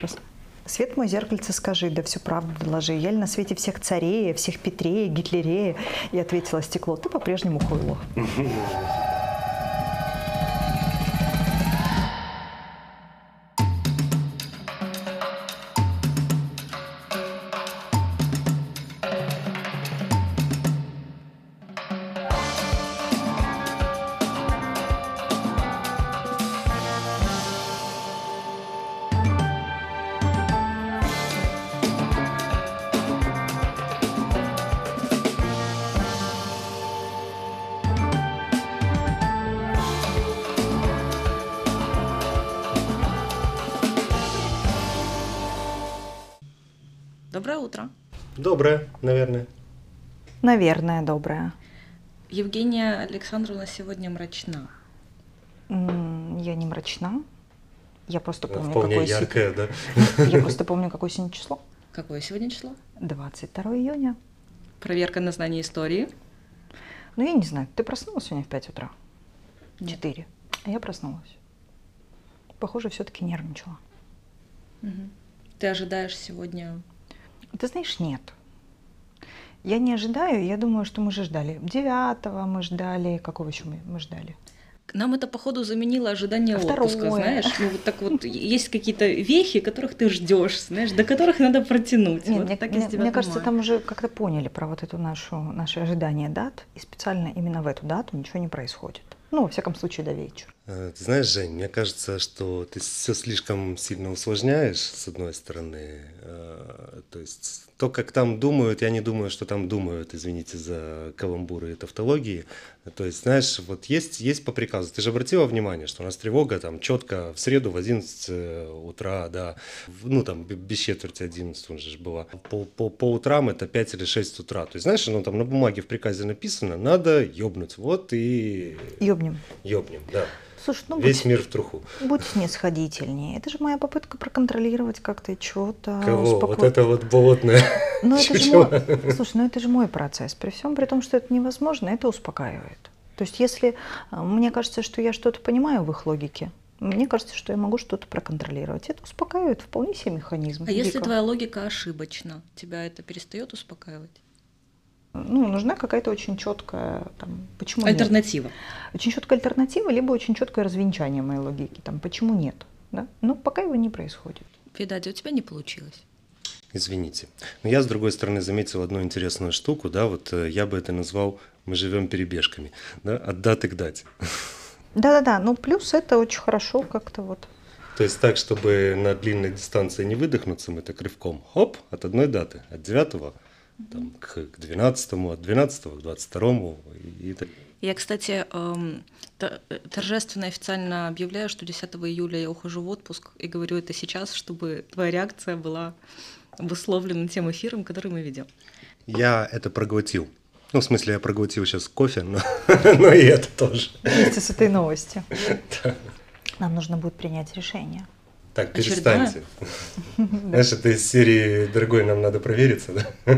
Свет мой, зеркальце, скажи, да всю правду доложи. Я ли на свете всех царей, всех Петрей, Гитлерей? И ответила стекло, ты по-прежнему хуйло. Доброе утро. Доброе, наверное. Наверное, доброе. Евгения Александровна сегодня мрачна. Я не мрачна. Я просто помню, Вполне какое яркое, да? Я просто помню, какое сегодня число. Какое сегодня число? 22 июня. Проверка на знание истории. Ну, я не знаю, ты проснулась сегодня в 5 утра? Нет. 4. А я проснулась. Похоже, все-таки нервничала. Ты ожидаешь сегодня... Ты знаешь, нет. Я не ожидаю, я думаю, что мы же ждали 9-го, мы ждали, какого еще мы ждали? Нам это, походу, заменило ожидание Второе. отпуска, знаешь? Ну, вот так вот, есть какие-то вехи, которых ты ждешь, знаешь, до которых надо протянуть. Нет, вот так и с 9 мне кажется, мая. там уже как-то поняли про вот эту наши ожидания дат, и специально именно в эту дату ничего не происходит. Ну, во всяком случае, до вечера. Ты знаешь, Жень, мне кажется, что ты все слишком сильно усложняешь, с одной стороны. То есть то, как там думают, я не думаю, что там думают, извините за каламбуры и тавтологии. То есть, знаешь, вот есть по приказу. Ты же обратила внимание, что у нас тревога там четко в среду в 11 утра, да, ну там без четверти 11 уже была. По утрам это 5 или 6 утра. То есть, знаешь, ну там на бумаге в приказе написано, надо ёбнуть. Вот и Ёбнем. ёбнем, да. Слушай, ну Весь мир в труху. будь снисходительнее. Это же моя попытка проконтролировать как-то что-то. Кого? Вот это вот болотное Ну, это же чучело. слушай, ну это же мой процесс. При всем при том, что это невозможно, это успокаивает. То есть если мне кажется, что я что-то понимаю в их логике, мне кажется, что я могу что-то проконтролировать. Это успокаивает вполне себе механизм. А если Вика. твоя логика ошибочна, тебя это перестает успокаивать? Ну, нужна какая-то очень четкая, там, почему нет? Альтернатива. Очень четкая альтернатива, либо очень четкое развенчание моей логики. Там, почему нет? Да? Но пока его не происходит. Федадя, у тебя не получилось. Извините. Но я, с другой стороны, заметил одну интересную штуку, да, вот я бы это назвал «мы живем перебежками», да, от даты к дате. Да-да-да, ну плюс это очень хорошо как-то вот. То есть так, чтобы на длинной дистанции не выдохнуться, мы так рывком, хоп, от одной даты, от 9 там, к 12, от 12 к 22 и так. Я, кстати, торжественно и официально объявляю, что 10 июля я ухожу в отпуск и говорю это сейчас, чтобы твоя реакция была обусловлена тем эфиром, который мы ведем. Я это проглотил. Ну, в смысле, я проглотил сейчас кофе, но и это тоже. Вместе с этой новостью. Нам нужно будет принять решение. Так, Очередное? перестаньте. Знаешь, это из серии «Дорогой, нам надо провериться», да?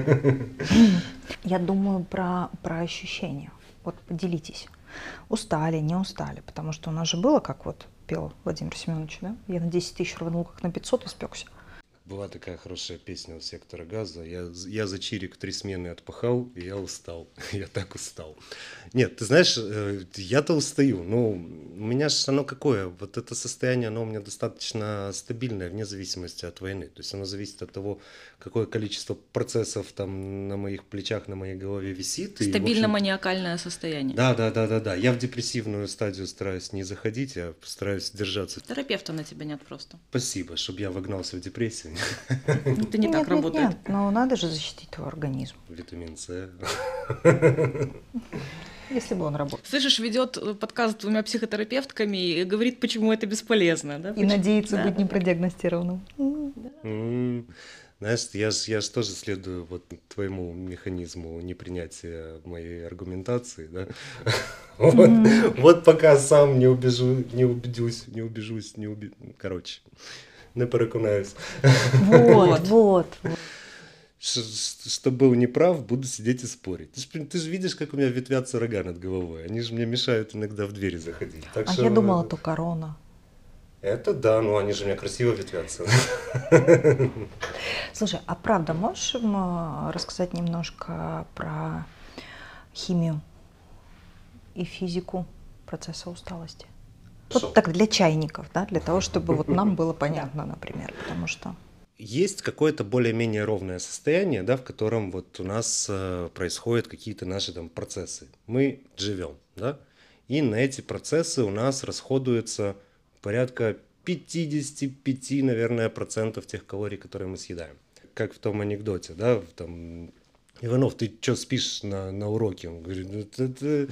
Я думаю про ощущения. Вот поделитесь. Устали, не устали? Потому что у нас же было, как вот пел Владимир Семенович, да? Я на 10 тысяч рванул, как на 500 испекся. Была такая хорошая песня у «Сектора газа». Я за чирик 3 смены отпахал, и я устал. Я так устал. Нет, ты знаешь, я-то устаю. Ну, у меня же оно какое? Вот это состояние, оно у меня достаточно стабильное, вне зависимости от войны. То есть оно зависит от того, какое количество процессов там на моих плечах, на моей голове висит. И, в общем, Стабильно-маниакальное состояние. Да. Я в депрессивную стадию стараюсь не заходить, я стараюсь держаться. Терапевта на тебя нет просто. Спасибо, чтобы я вогнался в депрессию. Это не так работает. Нет, но надо же защитить твой организм, Витамин С. если бы он работал. Слышишь, ведет подкаст с 2 психотерапевтками и говорит, почему это бесполезно. Да? И надеется Да. быть непродиагностированным. Знаешь, я ж тоже следую вот твоему механизму непринятия моей аргументации, да? Вот пока сам не убежусь, короче, не переконаюсь. Вот. Что был неправ, буду сидеть и спорить. Ты же видишь, как у меня ветвятся рога над головой. Они же мне мешают иногда в двери заходить. Так А что... я думала, то корона. Это да, ну они же у меня красиво ветвятся. Слушай, а правда, можешь рассказать немножко про химию и физику процесса усталости? Вот так для чайников, да, для того, чтобы вот нам было понятно, например, потому что... Есть какое-то более-менее ровное состояние, да, в котором вот у нас происходят какие-то наши там процессы. Мы живем, да, и на эти процессы у нас расходуется порядка 55, наверное, процентов тех калорий, которые мы съедаем. Как в том анекдоте, да, там, Иванов, ты что спишь на уроке? Он говорит, ну,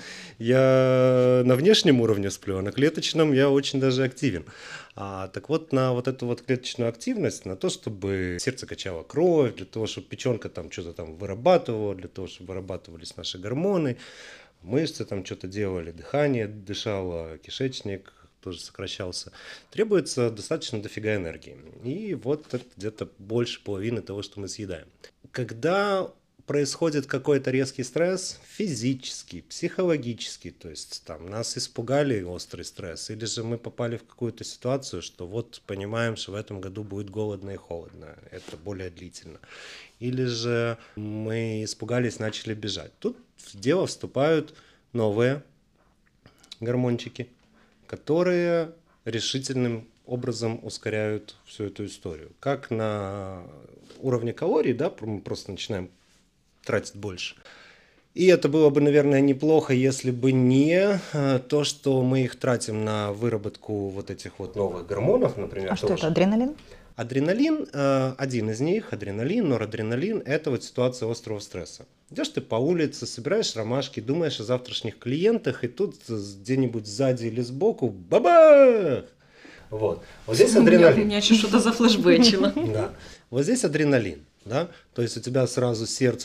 я на внешнем уровне сплю, а на клеточном я очень даже активен. Так вот, на вот эту вот клеточную активность, на то, чтобы сердце качало кровь, для того, чтобы печенка там что-то там вырабатывала, для того, чтобы вырабатывались наши гормоны, мышцы там что-то делали, дыхание дышало, кишечник тоже сокращался, требуется достаточно дофига энергии. И вот это где-то больше половины того, что мы съедаем. Когда происходит какой-то резкий стресс, физический, психологический, то есть там нас испугали острый стресс, или же мы попали в какую-то ситуацию, что вот понимаем, что в этом году будет голодно и холодно, это более длительно, или же мы испугались, начали бежать. Тут в дело вступают новые гормончики, которые решительным образом ускоряют всю эту историю. Как на уровне калорий, да, мы просто начинаем тратить больше. И это было бы, наверное, неплохо, если бы не то, что мы их тратим на выработку вот этих вот новых гормонов, например. А что это, адреналин? Адреналин, один из них, адреналин, норадреналин, это вот ситуация острого стресса. Идешь ты по улице, собираешь ромашки, думаешь о завтрашних клиентах, и тут где-нибудь сзади или сбоку бабах! Вот здесь адреналин. У меня еще что-то зафлешбэчило. Да. Вот здесь адреналин, да, то есть у тебя сразу сердце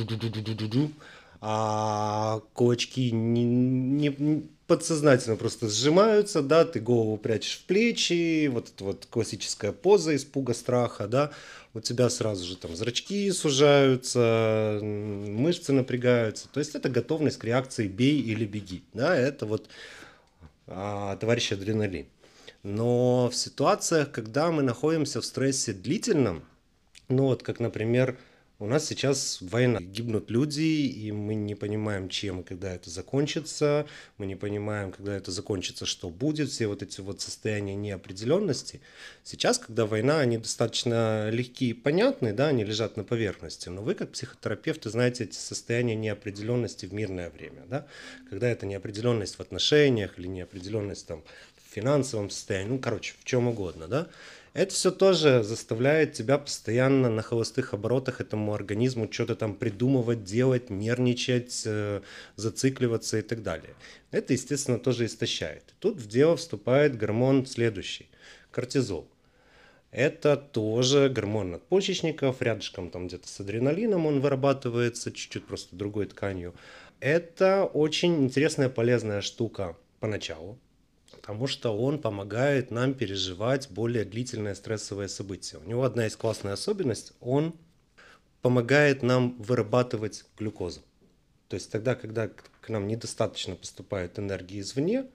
а кулачки не подсознательно просто сжимаются, да, ты голову прячешь в плечи, вот эта вот классическая поза испуга, страха, да, у тебя сразу же там зрачки сужаются, мышцы напрягаются, то есть это готовность к реакции «бей или беги», да, это вот товарищ адреналин. Но в ситуациях, когда мы находимся в стрессе длительном, ну вот как, например, у нас сейчас война, гибнут люди, и мы не понимаем, чем и когда это закончится, мы не понимаем, когда это закончится, что будет, все вот эти вот состояния неопределенности. Сейчас, когда война, они достаточно легкие и понятны, да, они лежат на поверхности, но вы, как психотерапевты, знаете эти состояния неопределенности в мирное время, да, когда это неопределенность в отношениях или неопределенность там в финансовом состоянии, ну, короче, в чем угодно, да. Это все тоже заставляет тебя постоянно на холостых оборотах этому организму что-то там придумывать, делать, нервничать, зацикливаться и так далее. Это, естественно, тоже истощает. Тут в дело вступает гормон следующий – кортизол. Это тоже гормон надпочечников, рядышком там где-то с адреналином он вырабатывается, чуть-чуть просто другой тканью. Это очень интересная, полезная штука поначалу, потому что он помогает нам переживать более длительное стрессовое событие. У него одна есть классная особенность, он помогает нам вырабатывать глюкозу. То есть тогда, когда к нам недостаточно поступает энергии извне,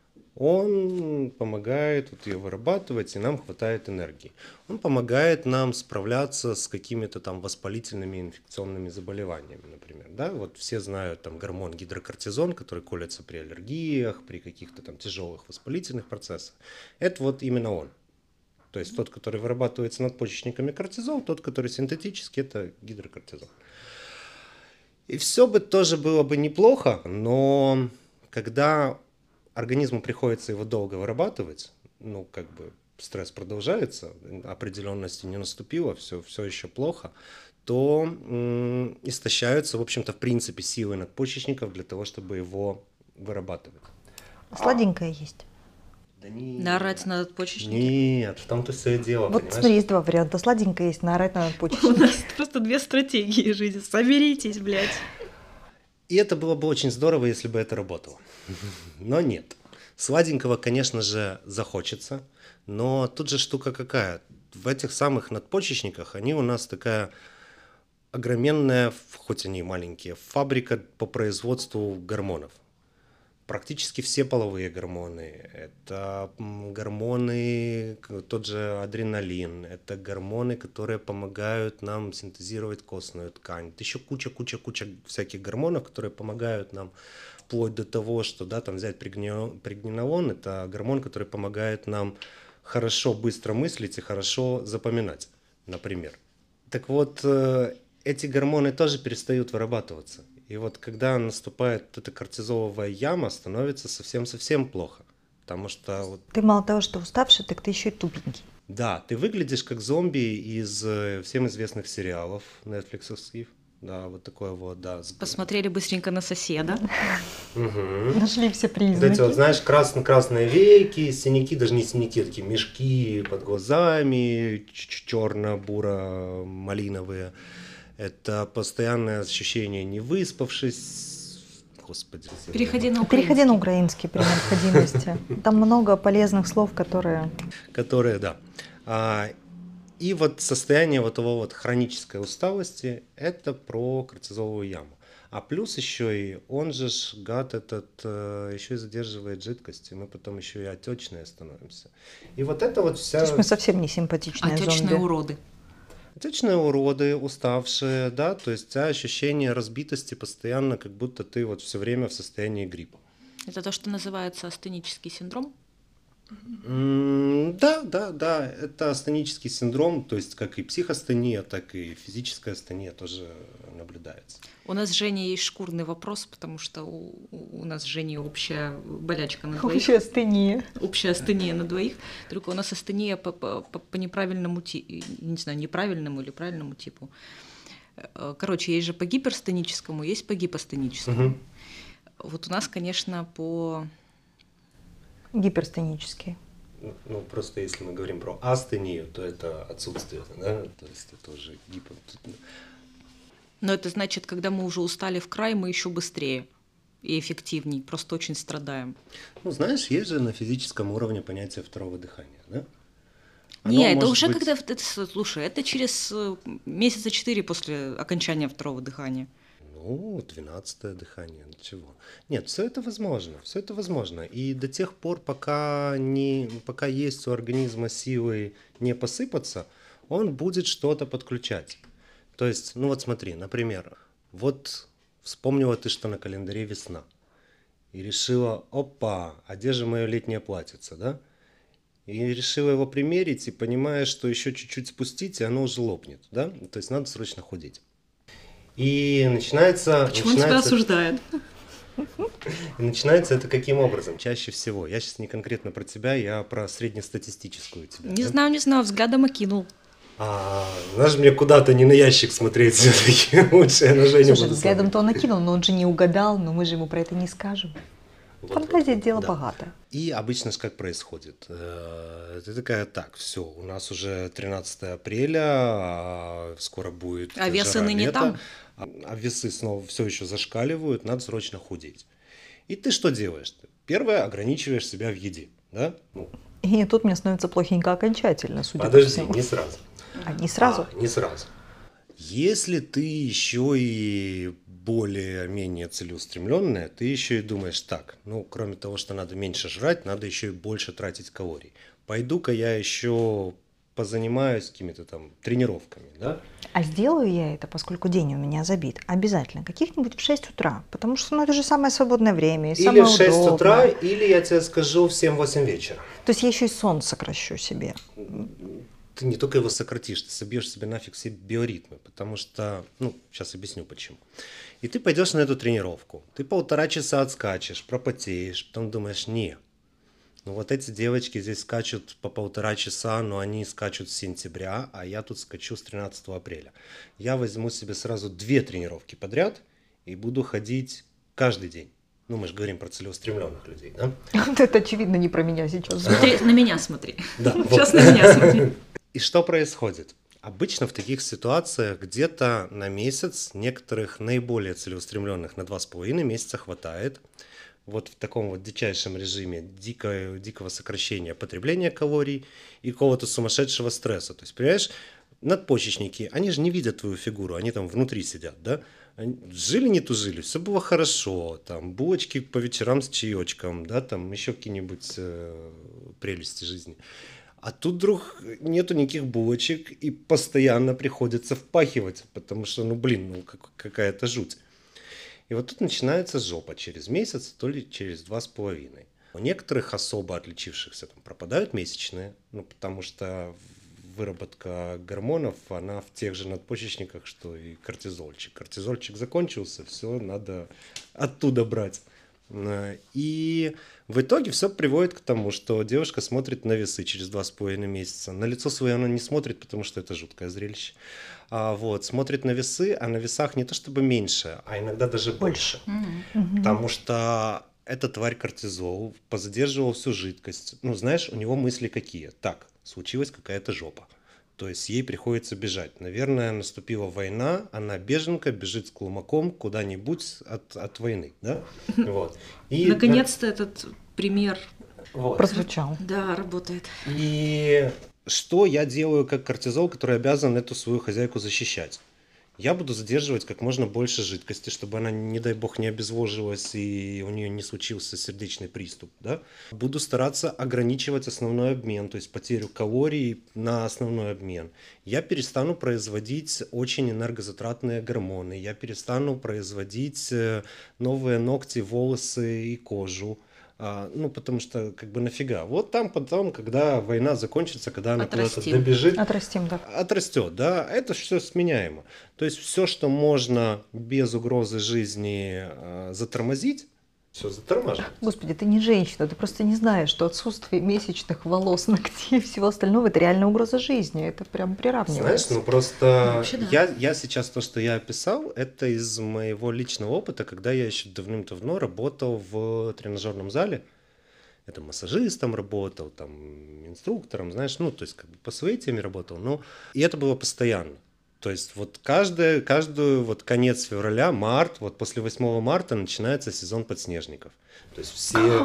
он помогает вот ее вырабатывать, и нам хватает энергии. Он помогает нам справляться с какими-то там воспалительными инфекционными заболеваниями, например. Да? Вот все знают там гормон гидрокортизон, который колется при аллергиях, при каких-то там тяжелых воспалительных процессах. Это вот именно он. То есть тот, который вырабатывается надпочечниками кортизол, тот, который синтетический, это гидрокортизон. И все бы тоже было бы неплохо, но когда организму приходится его долго вырабатывать, ну, как бы стресс продолжается, определенности не наступило, все еще плохо, то истощаются, в общем-то, в принципе, силы надпочечников для того, чтобы его вырабатывать. Сладенькое есть. Да не... Наорать на надпочечники? Нет, в том-то все и дело, Вот понимаешь? смотри, есть два варианта. Сладенькое есть, наорать на У надпочечники. нас просто две стратегии жизни. Соберитесь, блядь. И это было бы очень здорово, если бы это работало. Но нет. Сладенького, конечно же, захочется, но тут же штука какая. В этих самых надпочечниках они у нас такая огроменная, хоть они и маленькие, фабрика по производству гормонов. практически все половые гормоны. Это гормоны, тот же адреналин, это гормоны, которые помогают нам синтезировать костную ткань. Это еще куча всяких гормонов, которые помогают нам вплоть до того, что, да, там взять прегнинолон, это гормон, который помогает нам хорошо, быстро мыслить и хорошо запоминать, например. Так вот, эти гормоны тоже перестают вырабатываться. И вот когда наступает эта кортизоловая яма, становится совсем-совсем плохо. Потому что... Вот, Ты мало того, что уставший, так ты еще и тупенький. да, ты выглядишь как зомби из всем известных сериалов нетфликсовских. Да, вот такое вот, да. Посмотрели быстренько на соседа. Нашли все Вот эти признаки. вот, знаешь, красные веки, синяки, даже не синяки, такие мешки под глазами, черно-буро-малиновые. Это постоянное ощущение невыспавшись. Господи. Переходи на Переходи на украинский. украинский при необходимости. Там много полезных слов, которые... Которые, да. И вот состояние вот того вот хронической усталости – это про кортизоловую яму. А плюс еще и он же гад этот еще и задерживает жидкость, и мы потом еще и отечные становимся. И вот это вот вся... То есть мы совсем не симпатичные Отечные зомби. уроды. Отечные уроды, уставшие, да, то есть ощущение разбитости постоянно, как будто ты вот все время в состоянии гриппа. Это то, что называется астенический синдром. Да, это астенический синдром, то есть как и психостения, так и физическая астения тоже наблюдается. У нас с Женей есть шкурный вопрос, потому что у нас с Женей общая болячка на двоих. Общая астения. Общая астения на двоих. Только у нас астения по неправильному типу, не знаю, неправильному или правильному типу. Короче, есть же по гиперстеническому, есть по гипостеническому. Угу. Вот у нас, конечно, по... Гиперстенический. Ну, просто если мы говорим про астению, то это отсутствие, да, то есть это уже гипо... Но это значит, когда мы уже устали в край, мы еще быстрее и эффективней, просто очень страдаем. Ну, знаешь, есть же на физическом уровне понятие второго дыхания, да? Не, это может уже быть... когда... Слушай, это через месяца 4 после окончания второго дыхания. Ну, 12-е дыхание, чего? Нет, все это возможно. И до тех пор, пока есть у организма силы не посыпаться, он будет что-то подключать. То есть, ну вот смотри, например, вот вспомнила ты, что на календаре весна, и решила, опа, а где же мое летнее платьице, да? И решила его примерить, и понимая, что еще чуть-чуть спустить, и оно уже лопнет, да? То есть надо срочно худеть. И начинается... Почему он тебя осуждает? И начинается это каким образом? Чаще всего. Я сейчас не конкретно про тебя, я про среднестатистическую тебя. Не знаю, взглядом окинул. Надо мне куда-то не на ящик смотреть все-таки. Лучше я на Женю Слушай, буду взглядом-то он накинул, но он же не угадал, но мы же ему про это не скажем. Фантазия дело да. богатое. И обычно же как происходит? Ты такая, так, все, у нас уже 13 апреля, скоро будет А весы жара ныне лета, там. а весы снова все еще зашкаливают, надо срочно худеть. И ты что делаешь? Первое, ограничиваешь себя в еде, да? Ну, И тут мне становится плохенько окончательно, судя по подожди, всему. не сразу. Не сразу? Не сразу. Если ты еще и более-менее целеустремленная, ты еще и думаешь, так, ну, кроме того, что надо меньше жрать, надо еще и больше тратить калорий. Пойду-ка я еще позанимаюсь какими-то там тренировками, да? А сделаю я это, поскольку день у меня забит, обязательно, каких-нибудь в 6 утра, потому что это же самое свободное время и Или самое в 6 удобное. утра, или я тебе скажу в 7-8 вечера. То есть я еще и сон сокращу себе. Ты не только его сократишь, ты собьешь себе нафиг все биоритмы, потому что, ну, сейчас объясню почему. И ты пойдешь на эту тренировку, ты 1,5 часа отскачешь, пропотеешь, потом думаешь, не, ну вот эти девочки здесь скачут по 1,5 часа, но они скачут с сентября, а я тут скачу с 13 апреля. Я возьму себе сразу 2 тренировки подряд и буду ходить каждый день. Ну, мы же говорим про целеустремленных людей, да? Вот это очевидно не про меня сейчас. Смотри, на меня смотри. Да, Сейчас вот. на меня смотри. И что происходит? Обычно в таких ситуациях где-то на месяц некоторых наиболее целеустремленных на 2,5 месяца хватает. Вот в таком вот дичайшем режиме дикого сокращения потребления калорий и какого-то сумасшедшего стресса. То есть, понимаешь, надпочечники, они же не видят твою фигуру, они там внутри сидят, да? Жили, не тужили, все было хорошо, там булочки по вечерам с чаечком, да, там еще какие-нибудь прелести жизни. А тут вдруг нету никаких булочек и постоянно приходится впахивать, потому что, какая-то жуть. И вот тут начинается жопа через месяц, то ли через 2,5. У некоторых особо отличившихся там пропадают месячные, потому что выработка гормонов, она в тех же надпочечниках, что и кортизольчик. Кортизольчик закончился, все, надо оттуда брать. И в итоге все приводит к тому, что девушка смотрит на весы через 2,5 месяца. На лицо свое она не смотрит, потому что это жуткое зрелище. Смотрит на весы, а на весах не то чтобы меньше, а иногда даже больше. Потому что эта тварь кортизол позадерживал всю жидкость. Знаешь, у него мысли какие? Так, случилась какая-то жопа. То есть ей приходится бежать. Наверное, наступила война, она беженка, бежит с клумаком куда-нибудь от войны. Да? Вот. И наконец-то этот пример прозвучал. Да, работает. И что я делаю как кортизол, который обязан эту свою хозяйку защищать? Я буду задерживать как можно больше жидкости, чтобы она, не дай бог, не обезвожилась и у нее не случился сердечный приступ. Да? Буду стараться ограничивать основной обмен, то есть потерю калорий на основной обмен. Я перестану производить очень энергозатратные гормоны, я перестану производить новые ногти, волосы и кожу. Потому что нафига. Вот там потом, когда война закончится, когда она куда-то добежит, отрастет, да, это все сменяемо. То есть все, что можно без угрозы жизни затормозить, все затормаживается. Господи, ты не женщина, ты просто не знаешь, что отсутствие месячных волос, ногтей и всего остального — это реальная угроза жизни, это прям приравнивается. Знаешь, просто я сейчас то, что я описал, это из моего личного опыта, когда я еще давным-давно работал в тренажерном зале. Это массажистом работал, там, инструктором, знаешь, то есть по своей теме работал, и это было постоянно. То есть вот каждую вот конец февраля, март, вот после 8 марта начинается сезон подснежников. То есть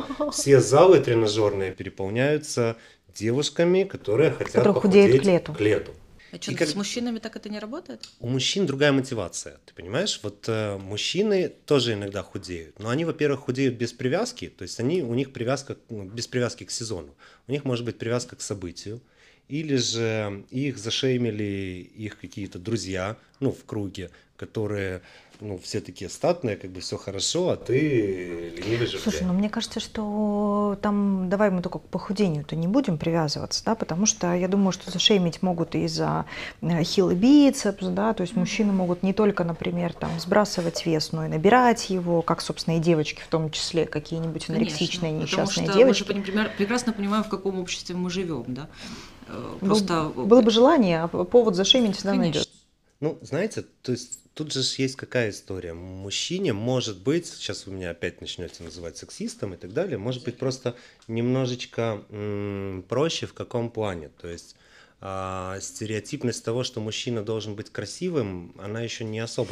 все залы тренажерные переполняются девушками, которые хотят похудеть к лету. А что, с мужчинами так это не работает? У мужчин другая мотивация, ты понимаешь? Вот мужчины тоже иногда худеют, но они, во-первых, худеют без привязки, то есть у них привязка, без привязки к сезону. У них может быть привязка к событию, или же их зашеймили их какие-то друзья, в круге, которые, все такие статные, все хорошо, а ты ленивый жердяй. Слушай, мне кажется, что там давай мы только к похудению-то не будем привязываться, да, потому что я думаю, что зашеймить могут и за хилый бицепс, да, то есть мужчины могут не только, например, там сбрасывать вес, но и набирать его, как, собственно, и девочки в том числе, какие-нибудь анорексичные, несчастные девочки. Мы же прекрасно понимаем, в каком обществе мы живем, да. Просто... Было бы желание, а повод зашеймить всегда найдется. Знаете, то есть тут же есть какая история. Мужчине может быть, сейчас вы меня опять начнете называть сексистом и так далее, может быть просто немножечко проще в каком плане. То есть стереотипность того, что мужчина должен быть красивым, она еще не особо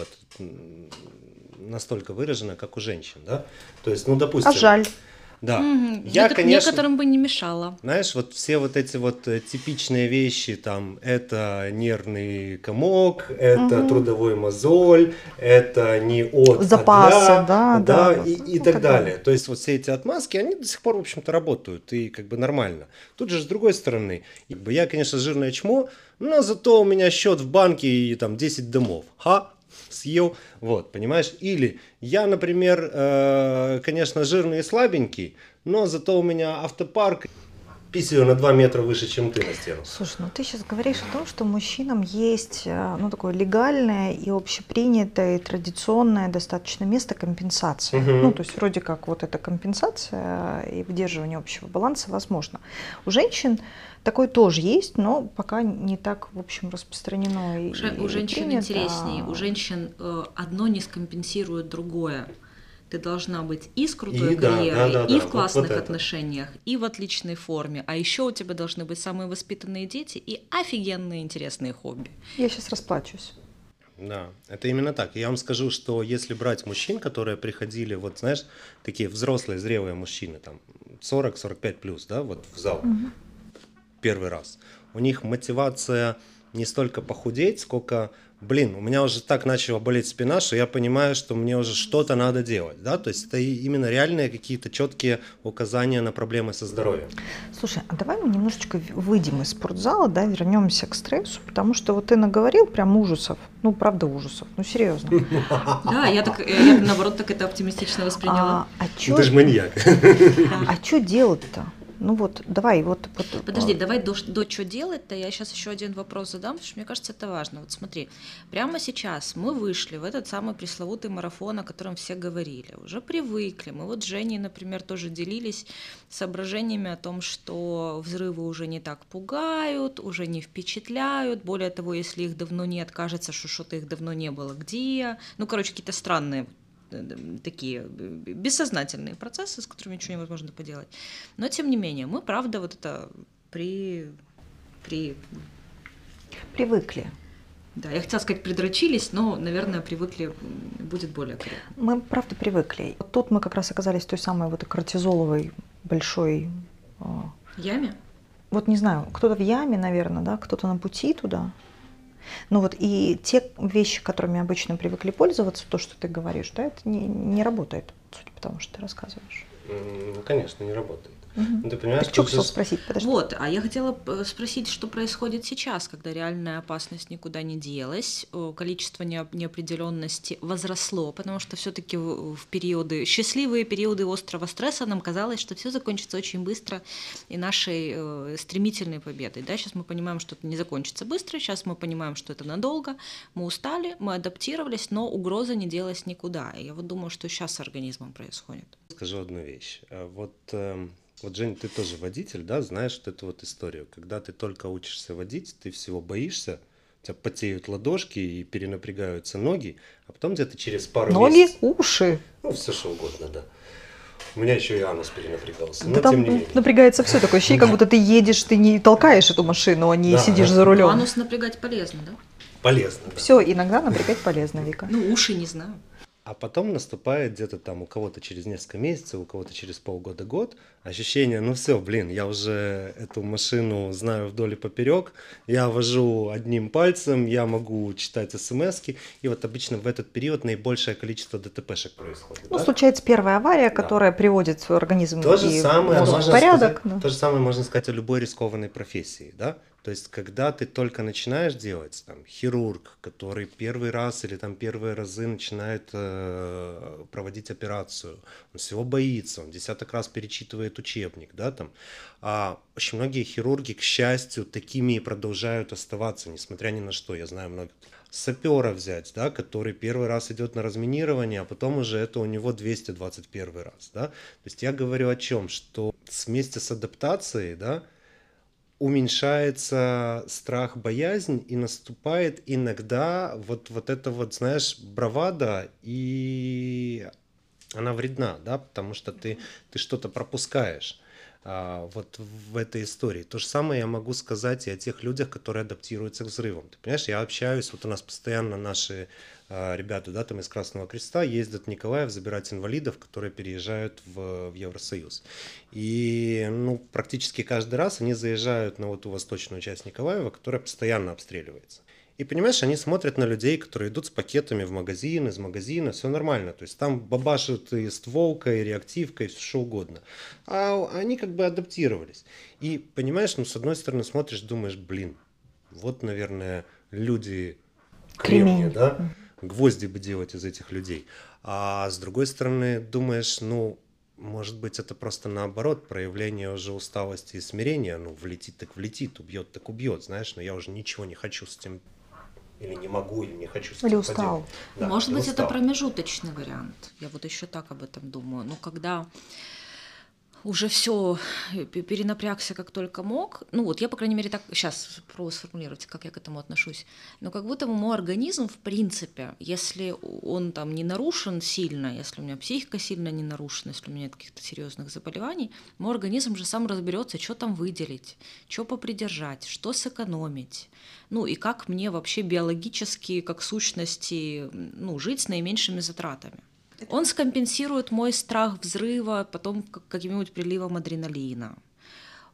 настолько выражена, как у женщин, да? То есть, допустим... А жаль. Да, некоторым бы не мешало. Знаешь, вот все вот эти вот типичные вещи, там, это нервный комок, это трудовой мозоль, это не от запасы, да, и так далее. То есть вот все эти отмазки, они до сих пор, в общем-то, работают, и нормально. Тут же, с другой стороны, я, конечно, жирное чмо, но зато у меня счет в банке и там 10 домов. Съел, вот, понимаешь? Или я, например, конечно, жирный и слабенький, но зато у меня автопарк, писаю на 2 метра выше, чем ты на стену. Слушай, ты сейчас говоришь о том, что мужчинам есть, такое легальное и общепринятое, и традиционное достаточно место компенсации. То есть вроде как вот эта компенсация и выдерживание общего баланса возможно. У женщин такое тоже есть, но пока не так, в общем, распространено. У женщин интереснее. У женщин одно не скомпенсирует другое. Ты должна быть и с крутой карьерой, и в классных отношениях, и в отличной форме. А еще у тебя должны быть самые воспитанные дети и офигенные интересные хобби. Я сейчас расплачусь. Да, это именно так. Я вам скажу, что если брать мужчин, которые приходили, вот знаешь, такие взрослые, зрелые мужчины, там 40-45 плюс, да, вот в зал, первый раз, у них мотивация не столько похудеть, сколько, блин, у меня уже так начала болеть спина, что я понимаю, что мне уже что-то надо делать, да, то есть это именно реальные какие-то четкие указания на проблемы со здоровьем. Слушай, а давай мы немножечко выйдем из спортзала, да, вернемся к стрессу, потому что вот ты наговорил прям ужасов, ну, правда, ужасов, ну, серьезно. Да, я наоборот так это оптимистично восприняла. Ты же маньяк. А что делать-то? Ну вот, давай, вот. Подожди, давай до чего делать-то, я сейчас еще один вопрос задам, потому что мне кажется, это важно. Вот смотри, прямо сейчас мы вышли в этот самый пресловутый марафон, о котором все говорили, уже привыкли. Мы вот с Женей, например, тоже делились соображениями о том, что взрывы уже не так пугают, уже не впечатляют. Более того, если их давно нет, кажется, что что-то их давно не было. Где? Ну, короче, какие-то странные такие бессознательные процессы, с которыми ничего невозможно поделать. Но, тем не менее, мы, правда, вот это привыкли. Да, я хотела сказать, придрочились, но, наверное, привыкли будет более корректно. Мы, правда, привыкли. Вот тут мы как раз оказались в той самой вот кортизоловой большой... Яме? Вот не знаю, кто-то в яме, наверное, да, кто-то на пути туда. Ну вот и те вещи, которыми обычно привыкли пользоваться, то, что ты говоришь, да, это не работает, судя по тому, что ты рассказываешь. Ну, конечно, не работает. Угу. Ты понимаешь, ты что хотел спросить? Подожди. Вот, а я хотела спросить, что происходит сейчас, когда реальная опасность никуда не делась, количество неопределенности возросло, потому что все-таки в периоды, счастливые периоды острого стресса нам казалось, что все закончится очень быстро и нашей стремительной победой. Да? Сейчас мы понимаем, что это не закончится быстро, сейчас мы понимаем, что это надолго, мы устали, мы адаптировались, но угроза не делась никуда. И я вот думаю, что сейчас с организмом происходит. Скажу одну вещь. Вот, Жень, ты тоже водитель, да, знаешь вот эту вот историю. Когда ты только учишься водить, ты всего боишься, у тебя потеют ладошки и перенапрягаются ноги, а потом где-то через пару месяцев... Ноги, уши. Ну, все что угодно, да. У меня еще и анус перенапрягался, Да но там тем не менее. напрягается все такое ощущение, как будто ты едешь, ты не толкаешь эту машину, а не сидишь за рулем. Анус напрягать полезно, да? Полезно, да. Все, иногда напрягать полезно, Вика. Ну, уши не знаю. А потом наступает где-то там у кого-то через несколько месяцев, у кого-то через полгода-год ощущение, ну все, блин, я уже эту машину знаю вдоль и поперек, я вожу одним пальцем, я могу читать смски, и вот обычно в этот период наибольшее количество ДТПшек происходит. Ну, да? случается первая авария, которая приводит свой организм То же и самое мозг можно в порядок. сказать, то же самое можно сказать о любой рискованной профессии, да? То есть, когда ты только начинаешь делать, там, хирург, который первый раз или там первые разы начинает проводить операцию, он всего боится, он десяток раз перечитывает учебник, да, там. А очень многие хирурги, к счастью, такими и продолжают оставаться, несмотря ни на что. Я знаю многих. Сапера взять, да, который первый раз идет на разминирование, а потом уже это у него 221 раз, да. То есть я говорю о чем, что вместе с адаптацией, да, уменьшается страх, боязнь, и наступает иногда вот это вот, знаешь, бравада, и она вредна, да, потому что ты что-то пропускаешь вот в этой истории. То же самое я могу сказать и о тех людях, которые адаптируются к взрывам. Ты понимаешь, я общаюсь, вот у нас постоянно наши ребята, да, там из Красного Креста ездят в Николаев забирать инвалидов, которые переезжают в Евросоюз. И ну, практически каждый раз они заезжают на вот ту восточную часть Николаева, которая постоянно обстреливается. И понимаешь, они смотрят на людей, которые идут с пакетами в магазин, из магазина, все нормально. То есть там бабашут и стволкой, и реактивкой, и все что угодно. А они как бы адаптировались. И понимаешь, ну с одной стороны смотришь, думаешь, блин, вот, наверное, люди кремния, да? Гвозди бы делать из этих людей. А с другой стороны думаешь, ну, может быть, это просто наоборот, проявление уже усталости и смирения. Ну, влетит так влетит, убьет так убьет, знаешь, но я уже ничего не хочу с этим, или не могу, или не хочу с этим или устал. Да, может быть, это промежуточный вариант. Я вот еще так об этом думаю. Ну, когда уже все перенапрягся как только мог. Ну вот я, по крайней мере, так сейчас пробую сформулировать, как я к этому отношусь. Но как будто мой организм, в принципе, если он там не нарушен сильно, если у меня психика сильно не нарушена, если у меня нет каких-то серьезных заболеваний, мой организм же сам разберется, что там выделить, что попридержать, что сэкономить. Ну и как мне вообще биологически, как сущности, ну, жить с наименьшими затратами. Он скомпенсирует мой страх взрыва потом каким-нибудь приливом адреналина.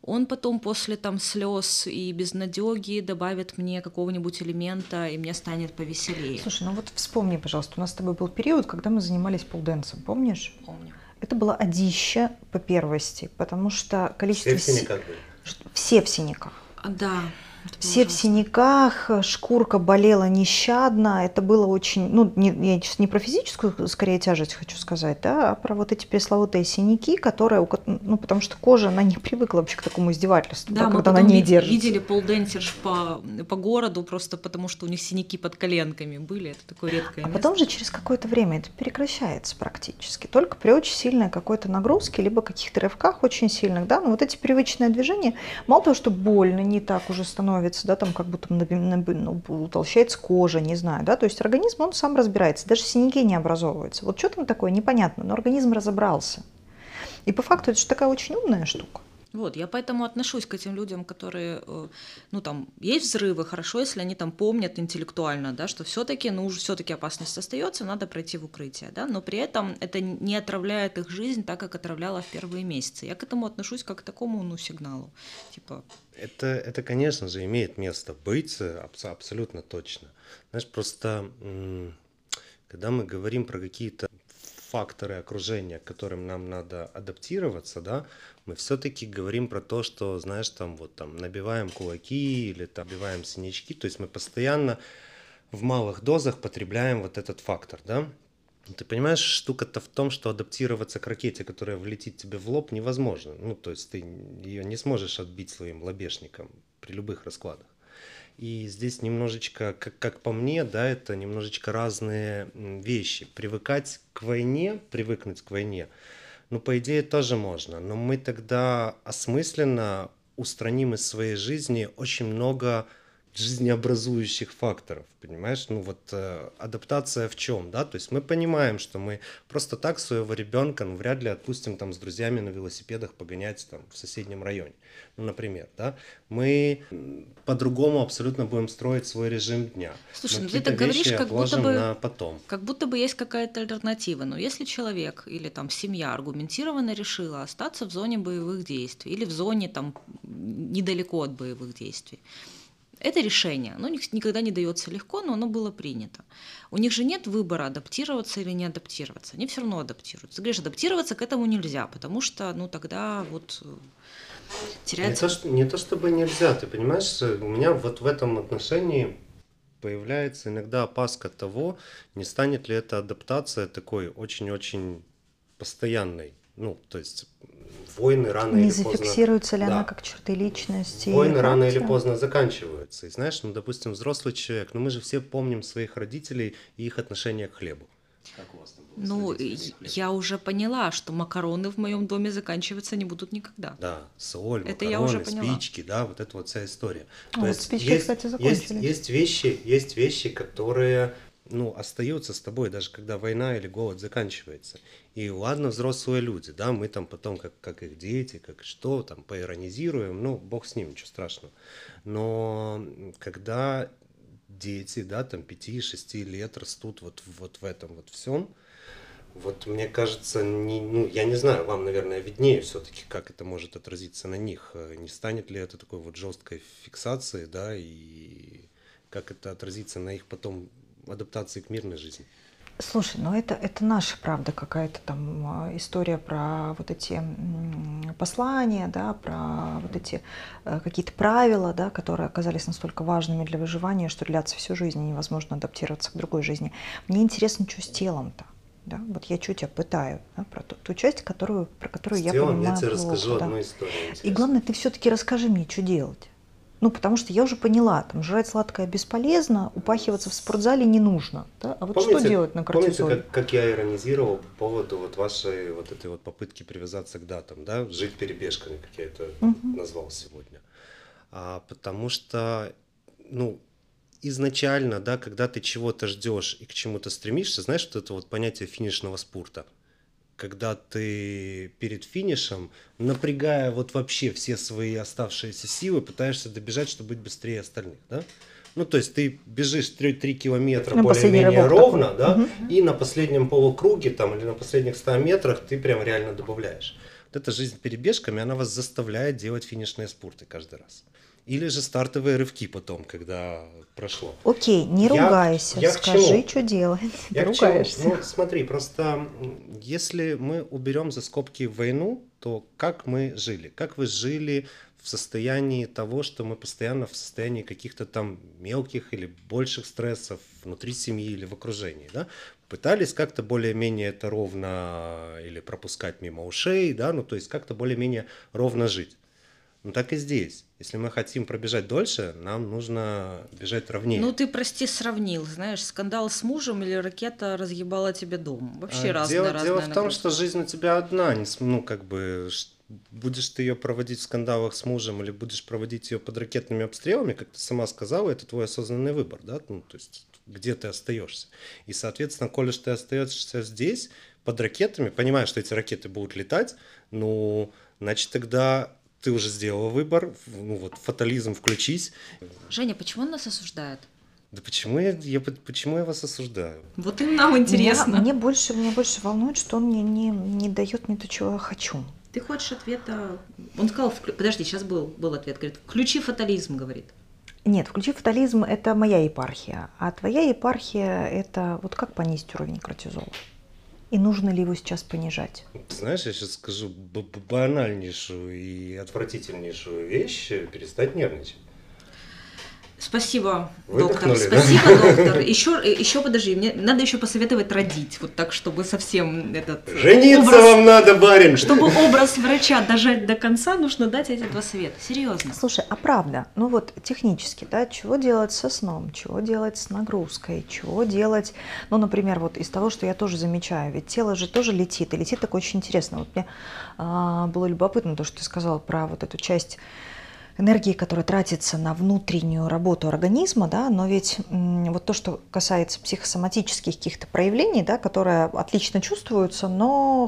он потом после там слез и безнадёги добавит мне какого-нибудь элемента, и мне станет повеселее. Слушай, ну вот вспомни, пожалуйста, у нас с тобой был период, когда мы занимались полденсом, помнишь? Помню. Это было одище по первости, потому что количество... Все в синяках были. Все в синяках. Да. Все в синяках, шкурка болела нещадно. Это было очень, ну, я сейчас не про физическую, скорее, тяжесть хочу сказать, да, а про вот эти пресловутые синяки, которые, ну, потому что кожа, она не привыкла вообще к такому издевательству, Да, мы когда она не держится. видели полденсерш по городу просто потому, что у них синяки под коленками были. Это такое редкое место. Потом же через какое-то время это прекращается практически. Только при очень сильной какой-то нагрузке, либо каких-то рывках очень сильных, да, но вот эти привычные движения, мало того, что больно, не так уже становится, да, там как будто утолщается кожа, не знаю, да, то есть организм, он сам разбирается, даже синяки не образовываются. Вот что там такое, непонятно, но организм разобрался. И по факту это же такая очень умная штука. Вот, я поэтому отношусь к этим людям, которые, ну там, есть взрывы, хорошо, если они там помнят интеллектуально, да, что все-таки, ну, все-таки опасность остается, надо пройти в укрытие, да, но при этом это не отравляет их жизнь так, как отравляла в первые месяцы. Я к этому отношусь как к такому, ну, сигналу, типа... Это, конечно же, имеет место быть, абсолютно точно. Знаешь, просто когда мы говорим про какие-то факторы окружения, к которым нам надо адаптироваться, да, мы все-таки говорим про то, что, знаешь, там вот там набиваем кулаки или там набиваем синячки, то есть мы постоянно в малых дозах потребляем вот этот фактор, да. Ты понимаешь, штука-то в том, что адаптироваться к ракете, которая влетит тебе в лоб, невозможно. Ну, то есть ты ее не сможешь отбить своим лобешником при любых раскладах. И здесь немножечко, как по мне, да, это немножечко разные вещи. Привыкнуть к войне, ну, по идее, тоже можно. Но мы тогда осмысленно устраним из своей жизни очень много жизнеобразующих факторов, понимаешь? Ну вот адаптация в чем, да? То есть мы понимаем, что мы просто так своего ребенка, ну, вряд ли отпустим там с друзьями на велосипедах погонять там в соседнем районе, ну, например, да? Мы по-другому абсолютно будем строить свой режим дня. Слушай, мы ну ты так говоришь, как будто бы, на потом. Как будто бы есть какая-то альтернатива. Но если человек или там семья аргументированно решила остаться в зоне боевых действий или в зоне там недалеко от боевых действий, это решение, оно никогда не дается легко, но оно было принято. У них же нет выбора, адаптироваться или не адаптироваться. Они все равно адаптируются. Ты говоришь, адаптироваться к этому нельзя, потому что, ну, тогда вот теряется... Не то чтобы нельзя, ты понимаешь, у меня вот в этом отношении появляется иногда опаска того, не станет ли эта адаптация такой очень-очень постоянной. Ну, то есть войны рано или поздно... Не зафиксируется ли она как черты личности? Войны рано или поздно заканчиваются. И знаешь, ну, допустим, взрослый человек, ну, мы же все помним своих родителей и их отношение к хлебу. Как у вас там было? Ну, я уже поняла, что макароны в моем доме заканчиваться не будут никогда. Да, соль, это макароны, я уже поняла. спички, да, вот эта вот вся история. То вот есть спички, кстати, закончились. Есть вещи, которые, ну, остаются с тобой, даже когда война или голод заканчивается. И ладно, взрослые люди, да, мы там потом, как их дети, как что, там, поиронизируем, ну, бог с ним, ничего страшного. Но когда дети, да, там, 5-6 лет растут вот в этом вот всем, вот мне кажется, ну, я не знаю, вам, наверное, виднее все-таки, как это может отразиться на них. Не станет ли это такой вот жесткой фиксацией, да, и как это отразится на их потом адаптации к мирной жизни? Слушай, ну это наша правда какая-то там история про вот эти послания, да, про вот эти какие-то правила, да, которые оказались настолько важными для выживания, что длятся всю жизнь, и невозможно адаптироваться к другой жизни. Мне интересно, что с телом-то. Да? Вот я чуть тебя пытаю, да, про ту часть, про которую я понимаю. Я тебе плохо, расскажу да. одну историю. И главное, ты все-таки расскажи мне, что делать. Ну, потому что я уже поняла, там, жрать сладкое бесполезно, упахиваться в спортзале не нужно. Да? А вот что делать на кортизоле? Помните, как я иронизировал по поводу вот вашей вот этой вот попытки привязаться к датам, да? Жить перебежками, как я это назвал сегодня. Потому что, ну, изначально, да, когда ты чего-то ждешь и к чему-то стремишься, знаешь, вот это вот понятие финишного спурта. Когда ты перед финишем, напрягая вот вообще все свои оставшиеся силы, пытаешься добежать, чтобы быть быстрее остальных, да? Ну, то есть ты бежишь 3 километра более-менее ровно, такой. Да, и на последнем полукруге там, или на последних 100 метрах ты прям реально добавляешь. Вот эта жизнь перебежками, она вас заставляет делать финишные спурты каждый раз. Или же стартовые рывки потом, когда прошло. Окей, не ругайся, я к скажи, чему? что делать. Ты Я к чему? ругаешься. Ну, смотри, просто если мы уберем за скобки войну, то как мы жили? Как вы жили в состоянии того, что мы постоянно в состоянии каких-то там мелких или больших стрессов внутри семьи или в окружении, да? Пытались как-то более-менее это ровно или пропускать мимо ушей, да, ну то есть как-то более-менее ровно жить. Ну так и здесь. Если мы хотим пробежать дольше, нам нужно бежать ровнее. Ну, ты, прости, сравнил, знаешь, скандал с мужем или ракета разъебала тебе дом. Вообще разная Дело в том, нагрузка. что жизнь у тебя одна. Ну, как бы, будешь ты ее проводить в скандалах с мужем или будешь проводить ее под ракетными обстрелами, как ты сама сказала, это твой осознанный выбор, да? Ну, то есть, где ты остаешься. И, соответственно, коли ты остаешься здесь, под ракетами, понимаешь, что эти ракеты будут летать, ну, значит, тогда ты уже сделала выбор, ну вот фатализм включись. Женя, почему он нас осуждает? Да почему я вас осуждаю? Вот и нам интересно. Меня больше волнует, что он мне не дает мне то, чего я хочу. Ты хочешь ответа? Он сказал, подожди, сейчас был ответ, говорит, включи фатализм, говорит. Нет, включи фатализм – это моя епархия, а твоя епархия – это вот как понизить уровень кортизола? И нужно ли его сейчас понижать? Ты знаешь, я сейчас скажу банальнейшую и отвратительнейшую вещь, перестать нервничать. Спасибо, Выдохнули, доктор. да? Спасибо, доктор. Еще подожди, мне надо еще посоветовать родить, вот так, чтобы совсем этот Жениться образ, вам надо, барин! чтобы образ врача дожать до конца, нужно дать эти 2 совета. Серьезно. Слушай, а правда, ну вот технически, да, чего делать со сном, чего делать с нагрузкой, чего делать, ну, например, вот из того, что я тоже замечаю, ведь тело же тоже летит, и летит так очень интересно. Вот мне было любопытно то, что ты сказала про вот эту часть энергии, которая тратится на внутреннюю работу организма, да, но ведь вот то, что касается психосоматических каких-то проявлений, да, которые отлично чувствуются, но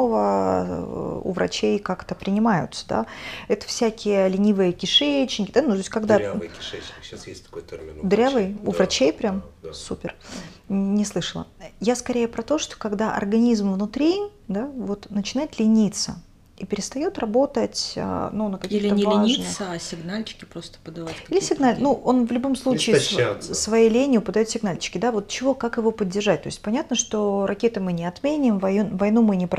хреново у врачей как-то принимаются, да, это всякие ленивые кишечники, да, ну, то есть когда... Дырявый кишечник, сейчас есть такой термин. Дырявый? У Да, врачей прям? да. Супер. Не слышала. Я скорее про то, что когда организм внутри, да, вот начинает лениться, и перестает работать, ну, на каких-то Или не важных... лениться, а сигнальчики просто подавать. Или сигнал, ну, он в любом случае Истощаться. своей ленью подает сигнальчики, да, вот чего, как его поддержать. То есть понятно, что ракеты мы не отменим, войну мы не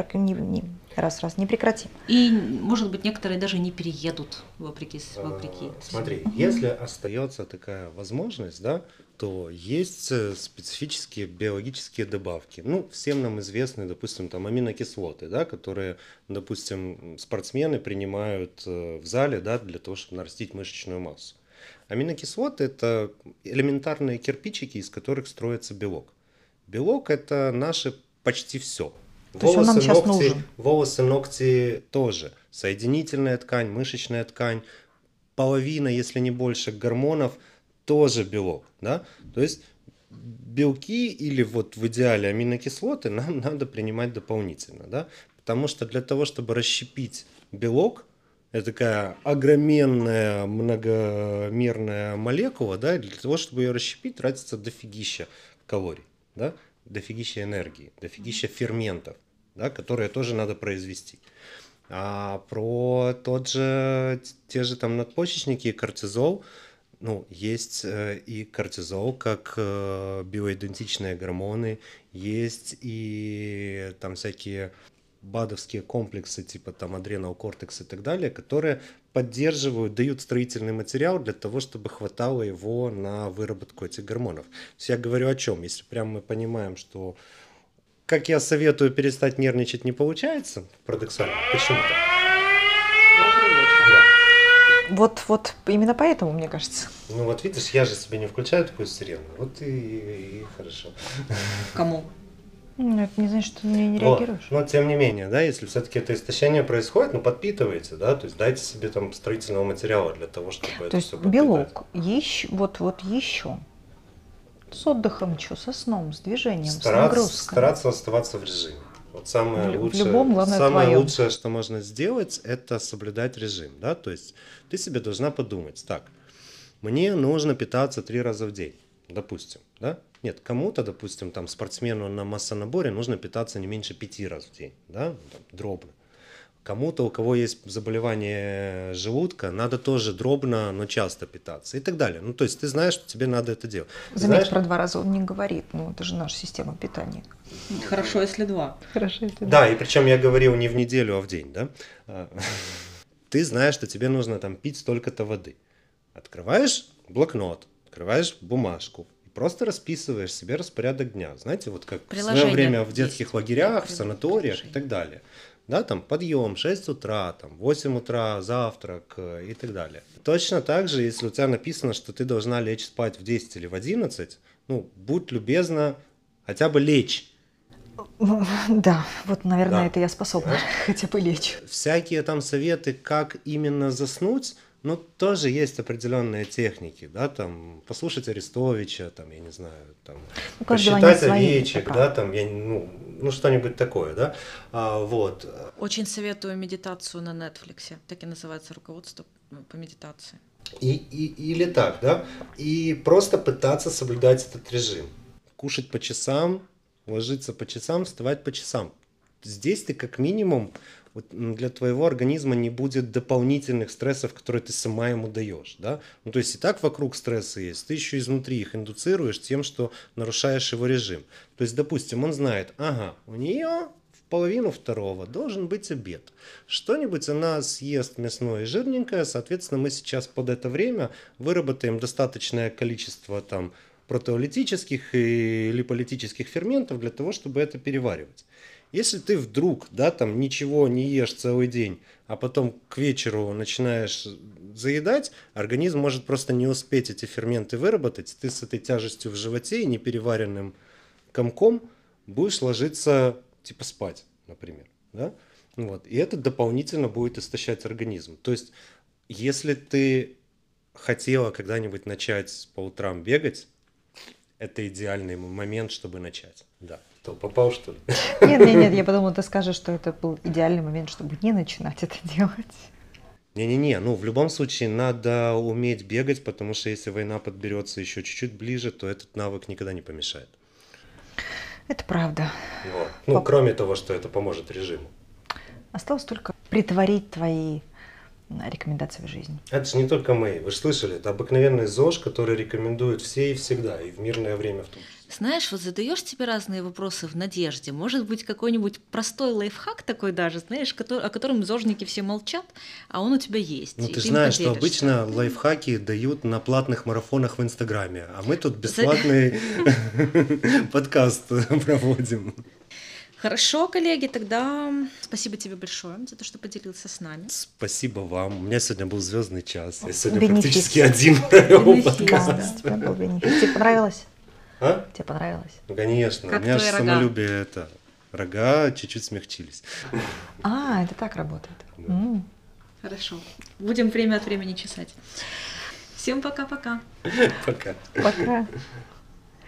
прекратим. И, может быть, некоторые даже не переедут, вопреки. Смотри, если остается такая возможность, да, то есть специфические биологические добавки. Ну, всем нам известны, допустим, там аминокислоты, да, которые, допустим, спортсмены принимают в зале, да, для того, чтобы нарастить мышечную массу. Аминокислоты – это элементарные кирпичики, из которых строится белок. Белок – это наше почти все. То есть он нам сейчас нужен. Волосы, ногти тоже. Соединительная ткань, мышечная ткань, половина, если не больше, гормонов тоже белок. Да? То есть белки или вот в идеале аминокислоты нам надо принимать дополнительно. Да? Потому что для того, чтобы расщепить белок, это такая огроменная многомерная молекула, да, и для того, чтобы ее расщепить, тратится дофигища калорий, да, дофигища энергии, дофигища ферментов, да, которые тоже надо произвести. А про те же там надпочечники и кортизол, ну, есть и кортизол как биоидентичные гормоны, есть и там всякие БАДовские комплексы, типа там адренал кортекс и так далее, которые поддерживают, дают строительный материал для того, чтобы хватало его на выработку этих гормонов. То есть я говорю о чем? Если прям мы понимаем, что, как я советую, перестать нервничать не получается, парадоксально, почему-то. Вот именно поэтому, мне кажется. Ну вот видишь, я же себе не включаю такую сирену, вот и хорошо. Кому? Ну, это не значит, что ты на меня не Вот. реагируешь. Но тем не менее, да, если все-таки это истощение происходит, ну подпитывайте, да, то есть дайте себе там строительного материала для того, чтобы То это есть все подпитать. белок, вот еще. С отдыхом, что, со сном, с движением, с нагрузкой. Стараться оставаться в режиме. Вот самое лучшее, любом, главное, самое твоем. лучшее, что можно сделать, это соблюдать режим, да, то есть ты себе должна подумать, так, мне нужно питаться 3 раза в день, допустим, да, нет, кому-то, допустим, там спортсмену на массонаборе нужно питаться не меньше 5 раз в день, да, там, дробно. Кому-то, у кого есть заболевание желудка, надо тоже дробно, но часто питаться и так далее. Ну, то есть ты знаешь, что тебе надо это делать. Заметь, Знаешь, про 2 раза он не говорит, ну это же наша система питания. Хорошо, если 2. Хорошо, если да, и причем я говорил не в неделю, а в день, да? Ты знаешь, что тебе нужно там пить столько-то воды. Открываешь блокнот, открываешь бумажку, и просто расписываешь себе распорядок дня. Знаете, вот как в свое время в детских лагерях, в санаториях и так далее. Да, там подъем 6 утра, там 8 утра завтрак и так далее. Точно так же, если у тебя написано, что ты должна лечь спать в 10 или в 11, ну, будь любезна хотя бы лечь. Да, вот, наверное, Да. это я способна хотя бы лечь. Всякие там советы, как именно заснуть, ну, тоже есть определенные техники, да, там, послушать Арестовича, там, я не знаю, там, У каждого посчитать они свои, овечек, это да, правда. там, ну, что-нибудь такое, да, вот. Очень советую медитацию на Netflix. Так и называется руководство по медитации. Или так, да, и просто пытаться соблюдать этот режим. Кушать по часам, ложиться по часам, вставать по часам. Здесь ты как минимум вот для твоего организма не будет дополнительных стрессов, которые ты сама ему даешь, да. Ну, то есть и так вокруг стресса есть, ты еще изнутри их индуцируешь тем, что нарушаешь его режим. То есть, допустим, он знает, ага, у нее в 1:30 должен быть обед. Что-нибудь она съест мясное и жирненькое, соответственно, мы сейчас под это время выработаем достаточное количество там протеолитических и липолитических ферментов для того, чтобы это переваривать. Если ты вдруг, да, там ничего не ешь целый день, а потом к вечеру начинаешь заедать, организм может просто не успеть эти ферменты выработать, ты с этой тяжестью в животе и непереваренным комком будешь ложиться типа спать, например, да? Вот. И это дополнительно будет истощать организм. То есть, если ты хотела когда-нибудь начать по утрам бегать, это идеальный момент, чтобы начать. Да. То попал, что ли? Нет, я подумала, ты скажешь, что это был идеальный момент, чтобы не начинать это делать. Не-не-не, ну в любом случае надо уметь бегать, потому что если война подберется еще чуть-чуть ближе, то этот навык никогда не помешает. Это правда. Вот. Ну, кроме того, что это поможет режиму. Осталось только притворить твои рекомендации в жизнь. Это же не только мы. Вы же слышали, это обыкновенный ЗОЖ, который рекомендуют все и всегда, и в мирное время в том числе. Знаешь, вот задаешь себе разные вопросы в надежде. Может быть, какой-нибудь простой лайфхак такой даже, знаешь, о котором зожники все молчат, а он у тебя есть. Ну, и ты же им знаешь, что поделишься. обычно лайфхаки дают на платных марафонах в Инстаграме, а мы тут бесплатный подкаст проводим. Хорошо, коллеги, тогда спасибо тебе большое за то, что поделился с нами. Спасибо вам. У меня сегодня был звездный час. Я сегодня Бенефис. практически один провел Бенефис. подкаст. Да, у тебя был бенефис. Тебе понравилось? А? Тебе понравилось? Ну, конечно. Как У меня же твои рога? самолюбие это. Рога чуть-чуть смягчились. А, это так работает. Да. Хорошо. Будем время от времени чесать. Всем пока-пока. Пока. Пока.